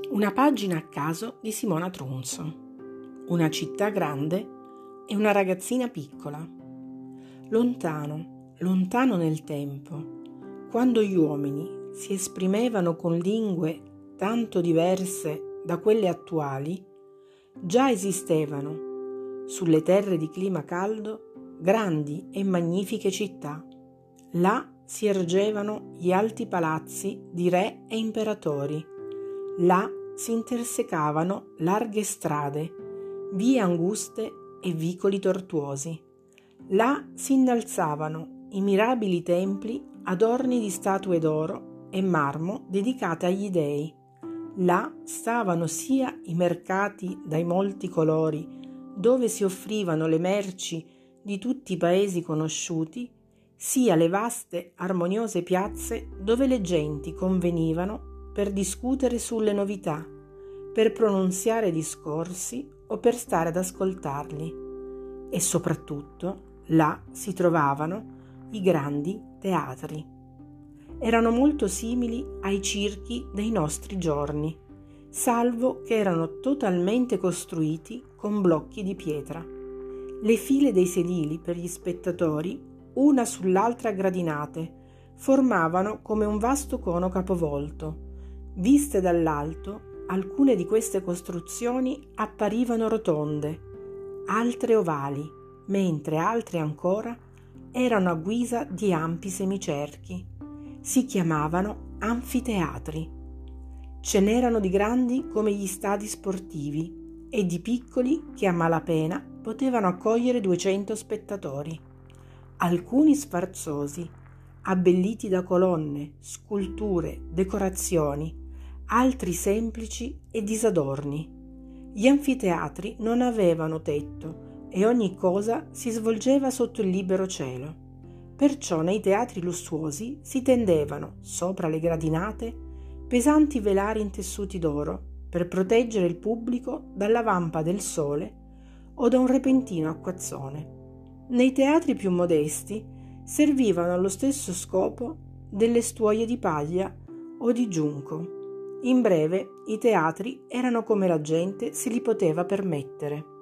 Una pagina a caso di Simona Trunzo. Una città grande e una ragazzina piccola. Lontano, lontano nel tempo, quando gli uomini si esprimevano con lingue tanto diverse da quelle attuali, già esistevano, sulle terre di clima caldo, grandi e magnifiche città. Là si ergevano gli alti palazzi di re e imperatori. Là si intersecavano larghe strade, vie anguste e vicoli tortuosi. Là si innalzavano i mirabili templi adorni di statue d'oro e marmo dedicate agli dei. Là stavano sia i mercati dai molti colori, dove si offrivano le merci di tutti i paesi conosciuti, sia le vaste, armoniose piazze dove le genti convenivano per discutere sulle novità, per pronunziare discorsi o per stare ad ascoltarli. E soprattutto là si trovavano i grandi teatri. Erano molto simili ai circhi dei nostri giorni, salvo che erano totalmente costruiti con blocchi di pietra. Le file dei sedili per gli spettatori, una sull'altra gradinate, formavano come un vasto cono capovolto. Viste dall'alto, alcune di queste costruzioni apparivano rotonde, altre ovali, mentre altre ancora erano a guisa di ampi semicerchi. Si chiamavano anfiteatri. Ce n'erano di grandi come gli stadi sportivi e di piccoli che a malapena potevano accogliere 200 spettatori. Alcuni sfarzosi, abbelliti da colonne, sculture, decorazioni, altri semplici e disadorni. Gli anfiteatri non avevano tetto e ogni cosa si svolgeva sotto il libero cielo. Perciò nei teatri lussuosi si tendevano, sopra le gradinate, pesanti velari in tessuti d'oro per proteggere il pubblico dalla vampa del sole o da un repentino acquazzone. Nei teatri più modesti servivano allo stesso scopo delle stuoie di paglia o di giunco. In breve, i teatri erano come la gente se li poteva permettere.